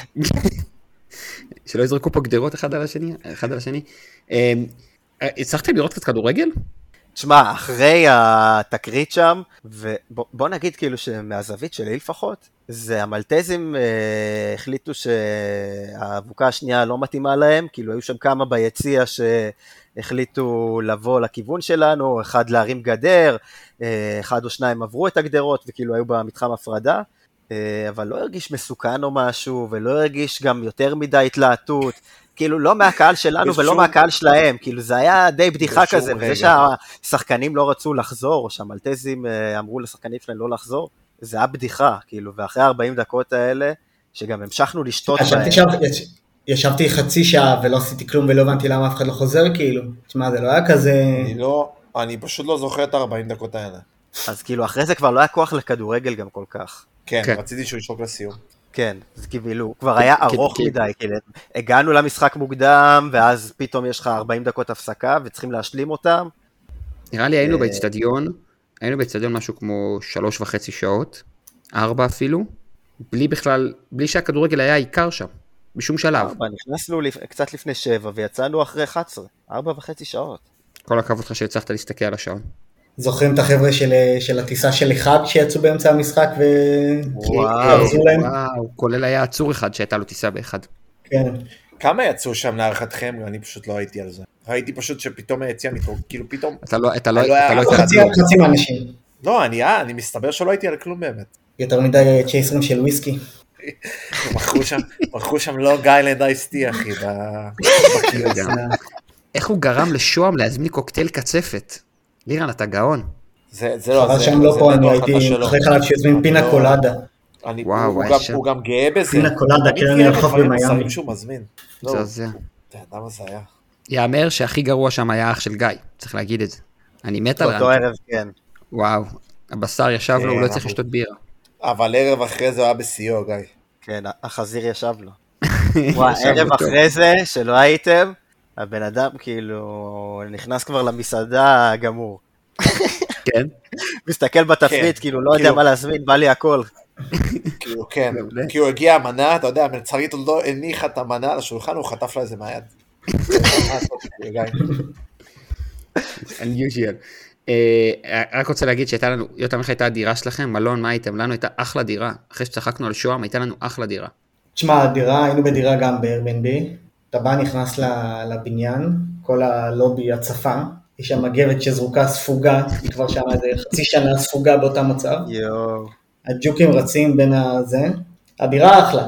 שלא יזרקו פה גדרות אחד על השני. הצלחתם לראות קצת כדורגל? תשמע, אחרי התקרית שם, ובוא נגיד כאילו שמהזווית שלי לפחות, זה המלטזים החליטו שהאבוקה השנייה לא מתאימה להם, כאילו היו שם כמה ביציע שהחליטו לבוא לכיוון שלנו, אחד להרים גדר, אחד או שניים עברו את הגדרות וכאילו היו במתחם הפרדה, אבל לא הרגיש מסוכן או משהו, ולא הרגיש גם יותר מדי התלהטות, כאילו לא מהקהל שלנו ולא מהקהל שלהם, כאילו זה היה די בדיחה כזה, וזה שהשחקנים לא רצו לחזור, או שהמלטזים אמרו לשחקנים שלהם לא לחזור, זה היה בדיחה, כאילו, ואחרי 40 דקות האלה, שגם המשכנו לשתות בהם. ישבתי חצי שעה ולא עשיתי כלום ולא הבנתי למה אף אחד לא חוזר, כאילו, תשמע, זה לא היה כזה... אני פשוט לא זוכר את 40 דקות האלה. אז כאילו, אחרי זה כבר לא היה כוח לכדורגל גם כל כך. כן, רציתי שהוא ישרוק לסיום. כן, זה כאילו, כבר היה ארוך מדי, כאילו, הגענו למשחק מוקדם, ואז פתאום יש לך 40 דקות הפסקה, וצריכים להשלים אותם. נראה לי היינו באצטדיון משהו כמו 3.5 שעות, 4 אפילו, בלי שהכדורגל היה עיקר שם, בשום שלב. נכנסנו קצת לפני 7, ויצאנו אחרי 11, 4.5 שעות. כל הכבוד לך שהצלחת להסתכל על השעון. זוכרים את החבר'ה של הטיסה של אחד שיצאו באמצע המשחק ועזרו להם? וואו, כולל היה עצור אחד שהייתה לו טיסה באחד. כן. כמה יצאו שם להערכתכם? אני פשוט לא הייתי על זה. ראיתי פשוט שפתאום היציאה כאילו פתאום... אתה לא חצי מהאנשים. לא, אני מסתבר שלא הייתי על כלום באמת. יותר מדי צ'ייסרים של וויסקי. מכרו שם לא גיילנד אייסטי, אחי, בקיוס. איך הוא גרם לשועם להזמין קוקטייל קצפת? לירן, אתה גאון. זה לא, חבל שם לא פה, אני הייתי אחרי חלב שיזמין פינה קולדה. הוא גם גאה בזה. פינה קולדה, כן, אני רחוב במיימי. שהוא מזמין. זה. אתה יודע מה זה היה? יאמר שהכי גרוע שם היה אח של גיא, צריך להגיד את זה. אני מת על אותו ערב, כן. וואו, הבשר ישב לו, הוא לא צריך לשתות בירה. אבל ערב אחרי זה הוא היה בסיוע, גיא. כן, החזיר ישב לו. ערב אחרי זה, שלא הייתם, הבן אדם כאילו נכנס כבר למסעדה גמור. כן? מסתכל בתפריט, כאילו לא יודע מה להזמין, בא לי הכל. כאילו כן, כי הוא הגיע המנה, אתה יודע, המלצרית עוד לא הניחה את המנה על השולחן, הוא חטף לה איזה מהיד. unusual. רק רוצה להגיד שהייתה לנו, יותם, איך הייתה הדירה שלכם? מלון, מה הייתם? לנו הייתה אחלה דירה. אחרי שצחקנו על שוהם, הייתה לנו אחלה דירה. תשמע, הדירה, היינו בדירה גם ב-Airbnb, אתה בא נכנס לבניין, כל הלובי הצפה, יש שם מגבת שזרוקה ספוגה, היא כבר שם איזה חצי שנה ספוגה באותה מצב. הג'וקים רצים בין הזה, הדירה אחלה.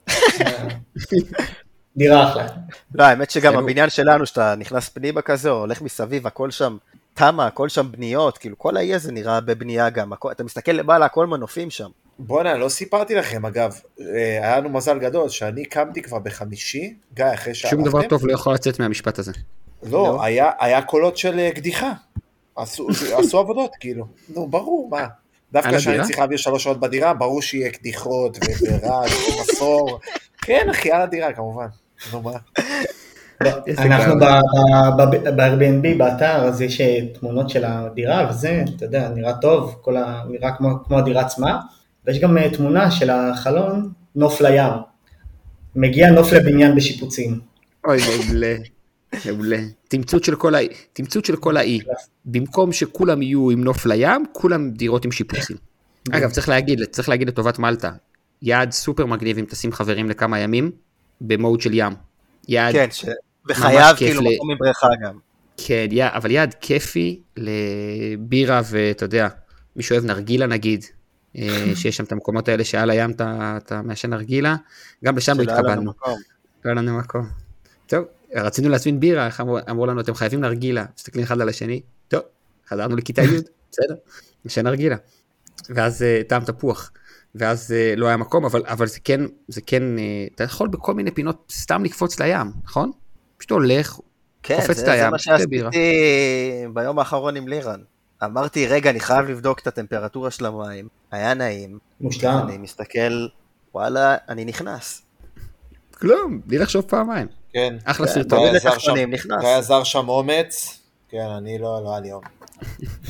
דירה אחלה. לא, האמת שגם הבניין שלנו, שאתה נכנס פנימה כזה, או הולך מסביב, הכל שם תמה, הכל שם בניות, כאילו כל האי הזה נראה בבנייה גם, אתה מסתכל לבעלה, הכל מנופים שם. בוא'נה, לא סיפרתי לכם, אגב, היה לנו מזל גדול, שאני קמתי כבר בחמישי, גיא, אחרי שהלכתם. שום דבר טוב לא יכול לצאת מהמשפט הזה. לא, היה קולות של קדיחה, עשו עבודות, כאילו, נו, ברור, מה? דווקא שאני צריך להעביר 3 שעות בדירה, ברור שיהיה קדיחות ורעש ומסור, כן, אחי, על הדירה, כמובן, נו, מה? אנחנו ב-Airbnb, באתר, אז יש תמונות של הדירה, וזה, אתה יודע, נראה טוב, נראה כמו הדירה עצמה, ויש גם תמונה של החלון, נוף לים. מגיע נוף לבניין בשיפוצים. אוי, מעולה. תמצות של כל האי. במקום שכולם יהיו עם נוף לים, כולם דירות עם שיפוצים. אגב, צריך להגיד לטובת מלטה, יעד סופר מגניב אם תשים חברים לכמה ימים, במוד של ים. כן, בחייו כאילו מקום מבריכה גם. כן, אבל יעד כיפי לבירה, ואתה יודע, מי שאוהב נרגילה נגיד, שיש שם את המקומות האלה שעל הים אתה מעשן נרגילה, גם לשם לא התקבלנו. לא לנו מקום. טוב, רצינו להזמין בירה, אמרו לנו, אתם חייבים נרגילה, מסתכלים אחד על השני, טוב, חזרנו לכיתה י', בסדר, נשן נרגילה. ואז טעם תפוח, ואז לא היה מקום, אבל זה כן, אתה יכול בכל מיני פינות סתם לקפוץ לים, נכון? פשוט הולך, קופץ את הים, זה מה שעשיתי ביום האחרון עם לירן. אמרתי, רגע, אני חייב לבדוק את הטמפרטורה של המים, היה נעים, מושלם. אני מסתכל, וואלה, אני נכנס. כלום, בלי לחשוב פעמיים. כן. אחלה סרטון. נכנס. היה זר שם אומץ, כן, אני לא היה לי אומץ.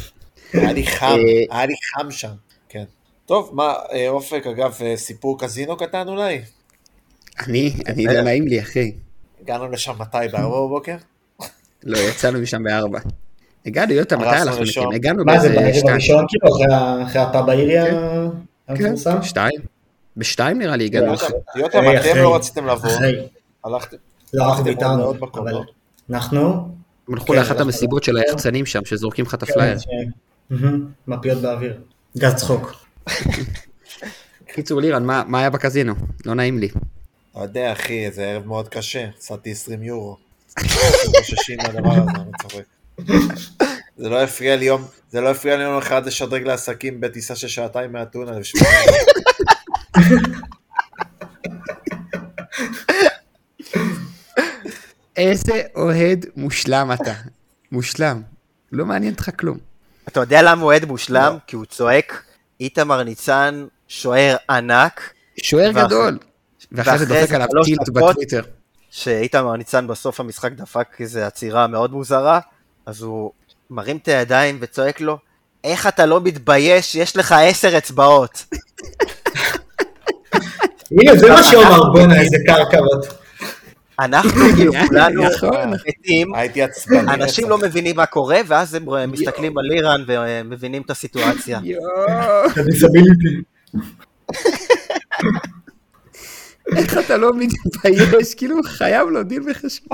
היה לי חם שם, כן. טוב, מה, אופק, אגב, סיפור קזינו קטן אולי? אני לא נעים לי, אחי. הגענו לשם מתי? ב4 בבוקר? לא, יצאנו משם ב4. הגענו, יוטה, מתי הרסנו הלכנו ראשון. מכם? הגענו מה זה, באיזה בערב 2. הראשון, כאילו, אחרי הפאב העירי המפורסם? כן, 2. ב2 נראה לי הגענו. יוטה, אתם לא רציתם לבוא. הלכתם. לא, אנחנו הלכתם ויתרנו, עוד מקום, אבל לא? אנחנו... הם הלכו כן, לאחת הלכנו. המסיבות של היחצנים שם, שזורקים לך את הפלייר. מפיות באוויר. גז צחוק. קיצור, לירן, מה היה בקזינו? לא נעים לי. לא יודע, אחי, זה ערב מאוד קשה. עשיתי 20 יורו. חוששים מהדבר הזה, אני צוחק. זה לא הפריע לי יום אחד לשדרג לעסקים בטיסה של שעתיים מהטונה. איזה אוהד מושלם אתה. מושלם. לא מעניין אותך כלום. אתה יודע למה הוא אוהד מושלם? כי הוא צועק, איתמר ניצן, שוער ענק. שוער גדול. ואחרי זה דופק עליו טילט בטוויטר. שאיתמר ניצן בסוף המשחק דפק איזו עצירה מאוד מוזרה, אז הוא מרים את הידיים וצועק לו, איך אתה לא מתבייש? יש לך 10 אצבעות. הנה, זה מה שאומר, בונה, איזה קרקעות. אנחנו כאילו כולנו מתים, הייתי עצבני. אנשים לא מבינים מה קורה, ואז הם מסתכלים על לירן ומבינים את הסיטואציה. הדיסביליטי. איך אתה לא מתבייש? כאילו חייב לו דין וחשבון.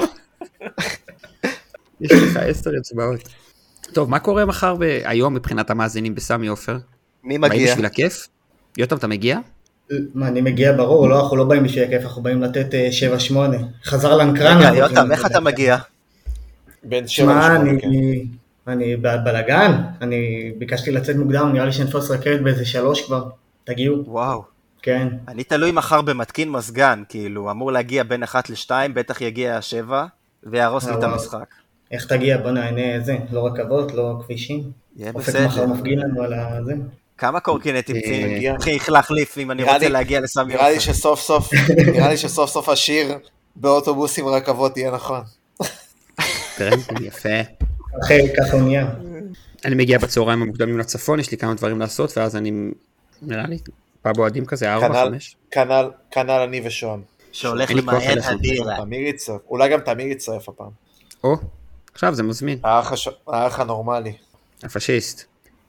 יש לך 10 אצבעות. טוב, מה קורה מחר היום מבחינת המאזינים בסמי עופר? מי באים מגיע? בשביל הכיף? יוטם, אתה מגיע? מה, אני מגיע ברור, לא, אנחנו לא באים בשביל הכיף, אנחנו באים לתת 7-8. חזר לנקרן. רגע, יוטם, איך אתה מגיע? בין 7 ל-8, כן. אני בלגן, אני ביקשתי לצאת מוקדם, נראה לי שנתפוס רכבת באיזה 3 כבר, תגיעו. וואו. כן. אני תלוי מחר במתקין מזגן, כאילו, אמור להגיע בין 1 ל-2, בטח יגיע 7, ויהרוס לי את המשחק. איך תגיע? בוא נענה זה, לא רכבות, לא כבישים. יהיה אופק בסדר. מחר מפגין לנו על זה. כמה קורקינטים צריך להחליף אם אני רוצה להגיע לסמי נראה לי עופר? שסוף סוף השיר באוטובוסים רכבות יהיה נכון. טרנד, יפה. ככה הוא נהיה. אני מגיע בצהריים המוקדמים לצפון, יש לי כמה דברים לעשות, ואז אני, נראה לי, פאב אוהדים כזה, 4-5. כנ"ל אני ושוהם. שהולך אין לי כוח למען אליך. הדירה. תמיר יצטרף, אולי גם תמיר יצטרף הפעם. או, עכשיו זה מזמין. האח הנורמלי. הפשיסט.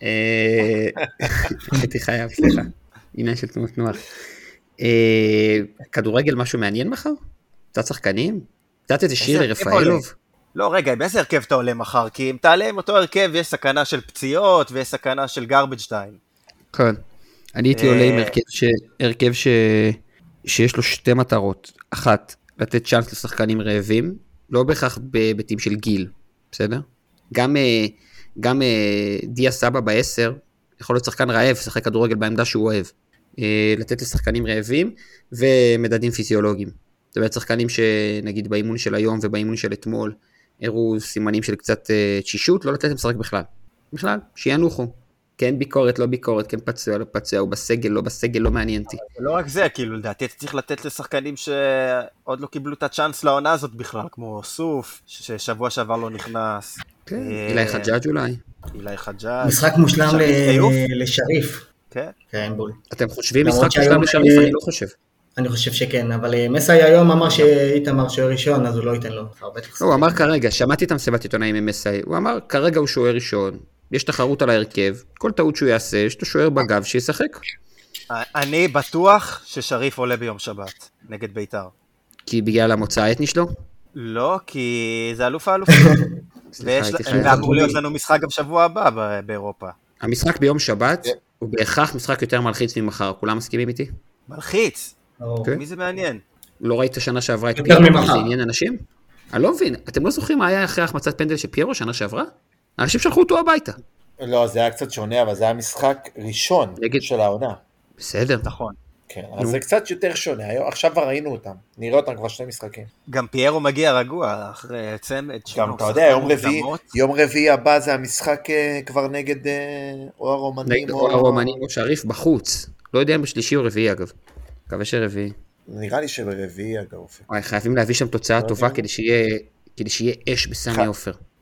הייתי חייב, סליחה. עניין של תנועות נוח. כדורגל משהו מעניין מחר? קצת שחקנים? קצת איזה שיר רפאלוב? לא, רגע, באיזה הרכב אתה עולה מחר? כי אם תעלה עם אותו הרכב, יש סכנה של פציעות, ויש סכנה של garbage time. כן. אני הייתי עולה עם הרכב שיש לו 2 מטרות. אחת, לתת צ'אנס לשחקנים רעבים, לא בהכרח בהיבטים של גיל, בסדר? גם דיה סבא ב10, יכול להיות שחקן רעב, שחק כדורגל בעמדה שהוא אוהב. לתת לשחקנים רעבים ומדדים פיזיולוגיים. זאת אומרת, שחקנים שנגיד באימון של היום ובאימון של אתמול, הראו סימנים של קצת תשישות, לא לתת להם לשחק בכלל. בכלל, שינוחו. כן ביקורת, לא ביקורת, כן פצוע, לא פצוע, הוא בסגל, לא בסגל, לא מעניין אותי. לא רק זה, כאילו, לדעתי אתה צריך לתת לשחקנים שעוד לא קיבלו את הצ'אנס לעונה הזאת בכלל, כמו סוף, ששבוע שעבר לא נכנס. כן, אילי חג'אג' אולי. אילי חג'אג'. משחק מושלם לשריף. כן. כן, בול. אתם חושבים משחק מושלם לשריף? אני לא חושב. אני חושב שכן, אבל מסי היום אמר שאיתמר שוער ראשון, אז הוא לא ייתן לו. הוא אמר כרגע, שמעתי את המסיבת עיתונאים עם מסי, הוא אמר כרגע הוא שוער ראשון, יש תחרות על ההרכב, כל טעות שהוא יעשה, יש לו שוער בגב שישחק. אני בטוח ששריף עולה ביום שבת, נגד ביתר. כי בגלל המוצא האתני שלו? לא, כי זה אלוף האלופים. ואמור להיות לנו משחק גם שבוע הבא באירופה. המשחק ביום שבת הוא בהכרח משחק יותר מלחיץ ממחר, כולם מסכימים איתי? מלחיץ? מי זה מעניין? לא ראית שנה שעברה את פיירו, זה עניין אנשים? אני לא מבין, אתם לא זוכרים מה היה אחרי החמצת פנדל של פיירו שנה שעברה? אנשים שלחו אותו הביתה. לא, זה היה קצת שונה, אבל זה היה משחק ראשון של העונה. בסדר. נכון. כן, אז זה קצת יותר שונה, עכשיו ראינו אותם, נראה אותם כבר 2 משחקים. גם פיירו מגיע רגוע אחרי צמד. גם אתה יודע, יום רביעי הבא זה המשחק כבר נגד או הרומנים. נגד או הרומנים או שריף בחוץ. לא יודע אם בשלישי או רביעי אגב. מקווה שרביעי. נראה לי שברביעי אגב. חייבים להביא שם תוצאה טובה כדי שיהיה אש בסמי עופר.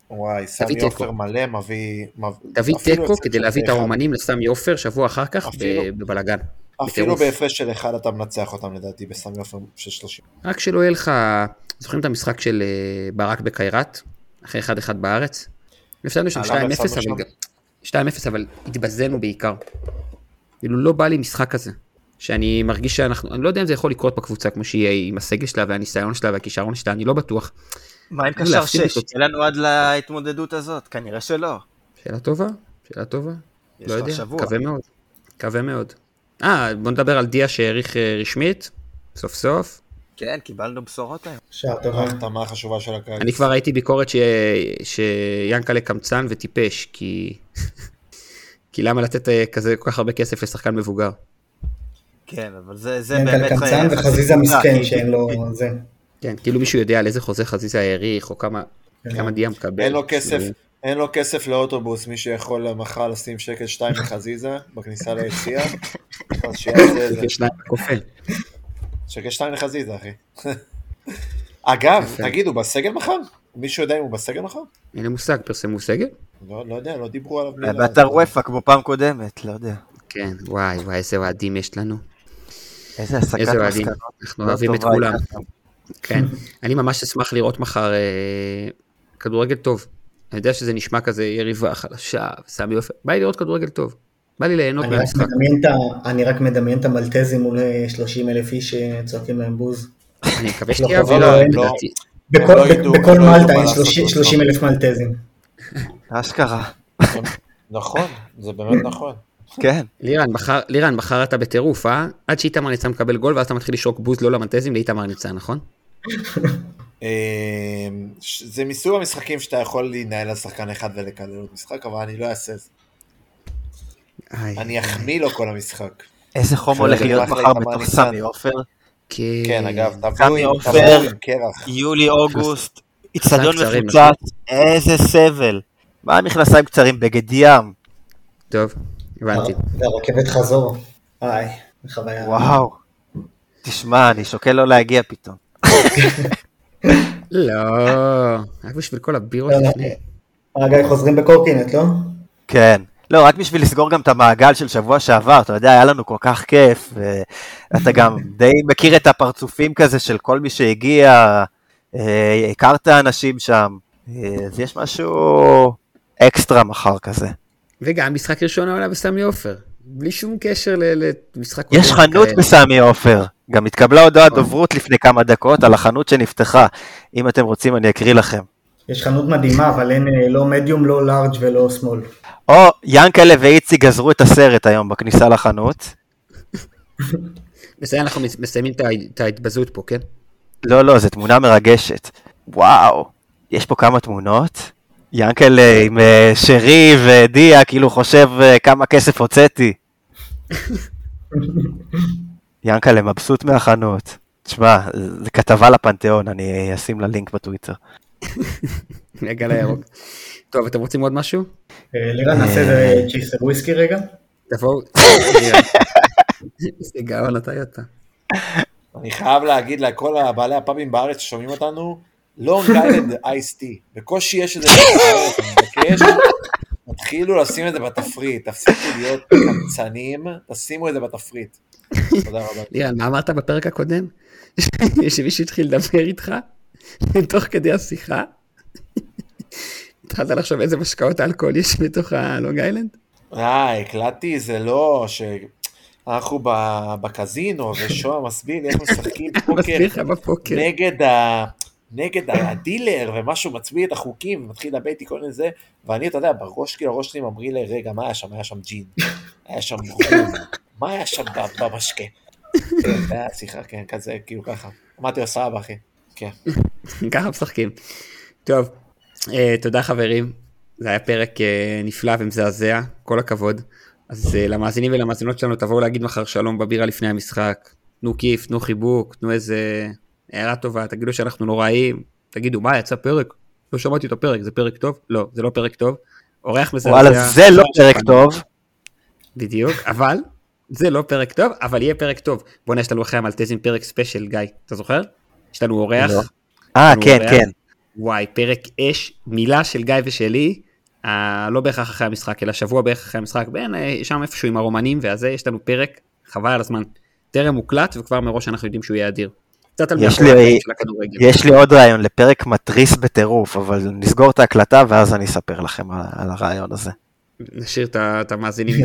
וואי, סמי עופר מלא מביא... תביא תיקו כדי להביא את הרומנים לסמי עופר שבוע אחר כך בבלגן. אפילו בהפרש של אחד אתה מנצח אותם לדעתי בסמי עופר של 30. רק שלא יהיה לך, זוכרים את המשחק של ברק בקיירת? אחרי 1-1 בארץ? הפסדנו שם 2-0, אבל התבזנו בעיקר. כאילו לא בא לי משחק כזה, שאני מרגיש שאנחנו, אני לא יודע אם זה יכול לקרות בקבוצה, כמו שיהיה עם הסגל שלה והניסיון שלה והכישרון שלה, אני לא בטוח. מה עם קשר 6? יהיה לנו עד להתמודדות הזאת? כנראה שלא. שאלה טובה. לא יודע, קווה מאוד. בוא נדבר על דיה שהעריך רשמית, סוף סוף. כן, קיבלנו בשורות היום. שעה טובה. החתמה החשובה של הקיץ. אני כבר ראיתי ביקורת שיאנקלה קמצן וטיפש, כי למה לתת כזה כל כך הרבה כסף לשחקן מבוגר? כן, אבל זה באמת... ינקלה קמצן וחזיזה מסכן שאין לו זה. כן, כאילו מישהו יודע על איזה חוזה חזיזה העריך, או כמה דיה מקבל. אין לו כסף לאוטובוס, מישהו יכול מחר לשים שקל 2 לחזיזה, בכניסה ליציאה, אז שיעשה את זה. שקל 2 לחזיזה, אחי. אגב, תגידו, בסגל מחר? מישהו יודע אם הוא בסגל מחר? אין לי מושג, פרסמו סגל? לא יודע, לא דיברו עליו. באתר וופא, כמו פעם קודמת, לא יודע. כן, וואי, איזה ועדים יש לנו. איזה הסקת מסקנות. אנחנו אוהבים את כולם. כן, אני ממש אשמח לראות מחר כדורגל טוב. אני יודע שזה נשמע כזה יריבה חלשה, סמי עופר. בא לי לראות כדורגל טוב. בא לי ליהנות מהמשחק. אני רק מדמיין את המלטזים מול 30,000 איש שצועקים להם בוז. אני מקווה שתהיה אווירה. בכל מלטה יש 30,000 מלטזים. אשכרה. נכון, זה באמת נכון. כן. לירן, מחר אתה בטירוף, עד שאיתמר ניצן מקבל גול, ואז אתה מתחיל לשרוק בוז לא למלטזים, לאיתמר ניצן, נכון? זה מסוג המשחקים שאתה יכול לנהל על שחקן אחד ולקללות משחק, אבל אני לא אעשה את זה. אני אחמיא לו כל המשחק. איזה חום הולך להיות מחר בתוך סמי עופר. כן, אגב, סמי עופר, יולי, אוגוסט, אצטדיון מפוצץ, איזה סבל. מה המכנסיים קצרים? בגד ים. טוב, הבנתי. זה רכבת חזור. חוויה. וואו. תשמע, אני שוקל לא להגיע פתאום. לא, רק בשביל כל הבירות לפני. רגע, חוזרים בקורקינט, לא? כן. לא, רק בשביל לסגור גם את המעגל של שבוע שעבר, אתה יודע, היה לנו כל כך כיף, ואתה גם די מכיר את הפרצופים כזה של כל מי שהגיע, הכרת אנשים שם, אז יש משהו אקסטרה מחר כזה. וגם משחק ראשון העולה בסמי עופר, בלי שום קשר למשחק... יש חנות בסמי עופר, גם התקבלה הודעת דוברות לפני כמה דקות על החנות שנפתחה, אם אתם רוצים אני אקריא לכם. יש חנות מדהימה, אבל אין לא מדיום, לא לארג' ולא סמול. או, ינקלה ואיצי גזרו את הסרט היום בכניסה לחנות. בסדר, אנחנו מסיימים את ההתבזות פה, כן? לא, זו תמונה מרגשת. וואו, יש פה כמה תמונות. ינקלה עם שרי ודיה, כאילו חושב כמה כסף הוצאתי. ינקלה מבסוט מהחנות. תשמע, זה כתבה לפנתיאון, אני אשים לה לינק בטוויטר. הגל הירוק. טוב, אתם רוצים עוד משהו? לירן, נעשה איזה צ'יסר וויסקי רגע. תבואו. זה גאון, אתה. אני חייב להגיד לכל הבעלי הפאבים בארץ ששומעים אותנו, לונג איילנד אייס טי. בקושי יש את זה בארץ, אני מבקש, תתחילו לשים את זה בתפריט, תפסיקו להיות קמצנים, תשימו את זה בתפריט. תודה רבה. לירן, מה אמרת בפרק הקודם? שמישהו התחיל לדבר איתך, תוך כדי השיחה, התחלת לחשוב איזה משקאות אלכוהול יש בתוך הלונג איילנד? הקלטתי, זה לא, שאנחנו בקזינו, ושואה מסביר איך משחקים פוקר נגד הדילר, ומשהו מצביע את החוקים, ומתחיל לדבר איתי כל מיני זה, ואני, אתה יודע, בראש שלי ממריא לי, רגע, מה היה שם? היה שם ג'ין, היה שם חום, מה היה שם במשקה? זה היה שיחה, כן, כזה, כאילו ככה. אמרתי לו, סבא, אחי. כן. ככה משחקים. טוב, תודה חברים. זה היה פרק נפלא ומזעזע, כל הכבוד. אז למאזינים ולמאזינות שלנו, תבואו להגיד מחר שלום בבירה לפני המשחק. תנו כיף, תנו חיבוק, תנו איזה הערה טובה, תגידו שאנחנו נוראים, תגידו, מה, יצא פרק? לא שמעתי את הפרק, זה פרק טוב? לא, זה לא פרק טוב. אורח מזעזע. וואלה, זה לא פרק טוב. בדיוק, אבל זה לא פרק טוב, אבל יהיה פרק טוב. בוא נשת לנו אחרי המלטזים פרק ספיישל, גיא, אתה זוכר? יש לנו אורח. כן. וואי, פרק אש, מילה של גיא ושלי, לא בהכרח אחרי המשחק, אלא שבוע בערך אחרי המשחק, שם איפשהו עם הרומנים, והזה יש לנו פרק, חבל על הזמן, טרם מוקלט, וכבר מראש אנחנו יודעים שהוא יהיה אדיר. קצת על מהפרק של הכדורגל. יש לי עוד רעיון לפרק מטריס בטירוף, אבל נסגור את ההקלטה, ואז אני אספר לכם על הרעיון הזה. נשאיר את המאזינים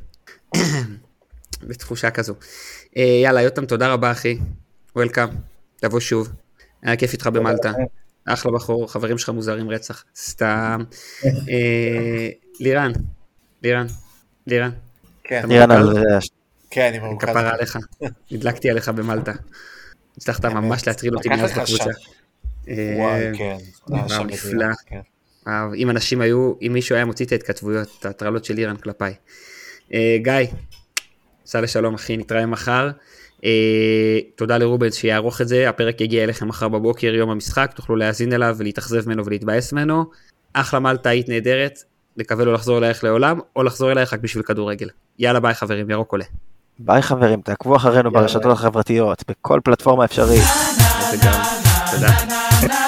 בתחושה כזו. יאללה, יותם, תודה רבה, אחי. וולקאם, תבוא שוב. היה כיף איתך במלטה. אחלה בחור, חברים שלך מוזרים רצח. סתם. לירן. כן. לירן על... כן, אני מרוכז. כפרה עליך. נדלקתי עליך במלטה. הצלחת ממש להטריל אותי מאז בקבוצה. וואי, כן. נפלא. אם מישהו היה מוציא את ההתכתבויות, את ההטרלות של לירן כלפיי. גיא, סע לשלום אחי, נתראה מחר. תודה לרובנס שיערוך את זה, הפרק יגיע אליכם מחר בבוקר, יום המשחק, תוכלו להאזין אליו ולהתאכזב ממנו ולהתבאס ממנו. אחלה מלטה, היית נהדרת, לקווה לו לחזור אלייך לעולם, או לחזור אלייך רק בשביל כדורגל. יאללה ביי חברים, ירוק עולה. ביי חברים, תעקבו אחרינו ברשתות החברתיות, בכל פלטפורמה אפשרית. תודה.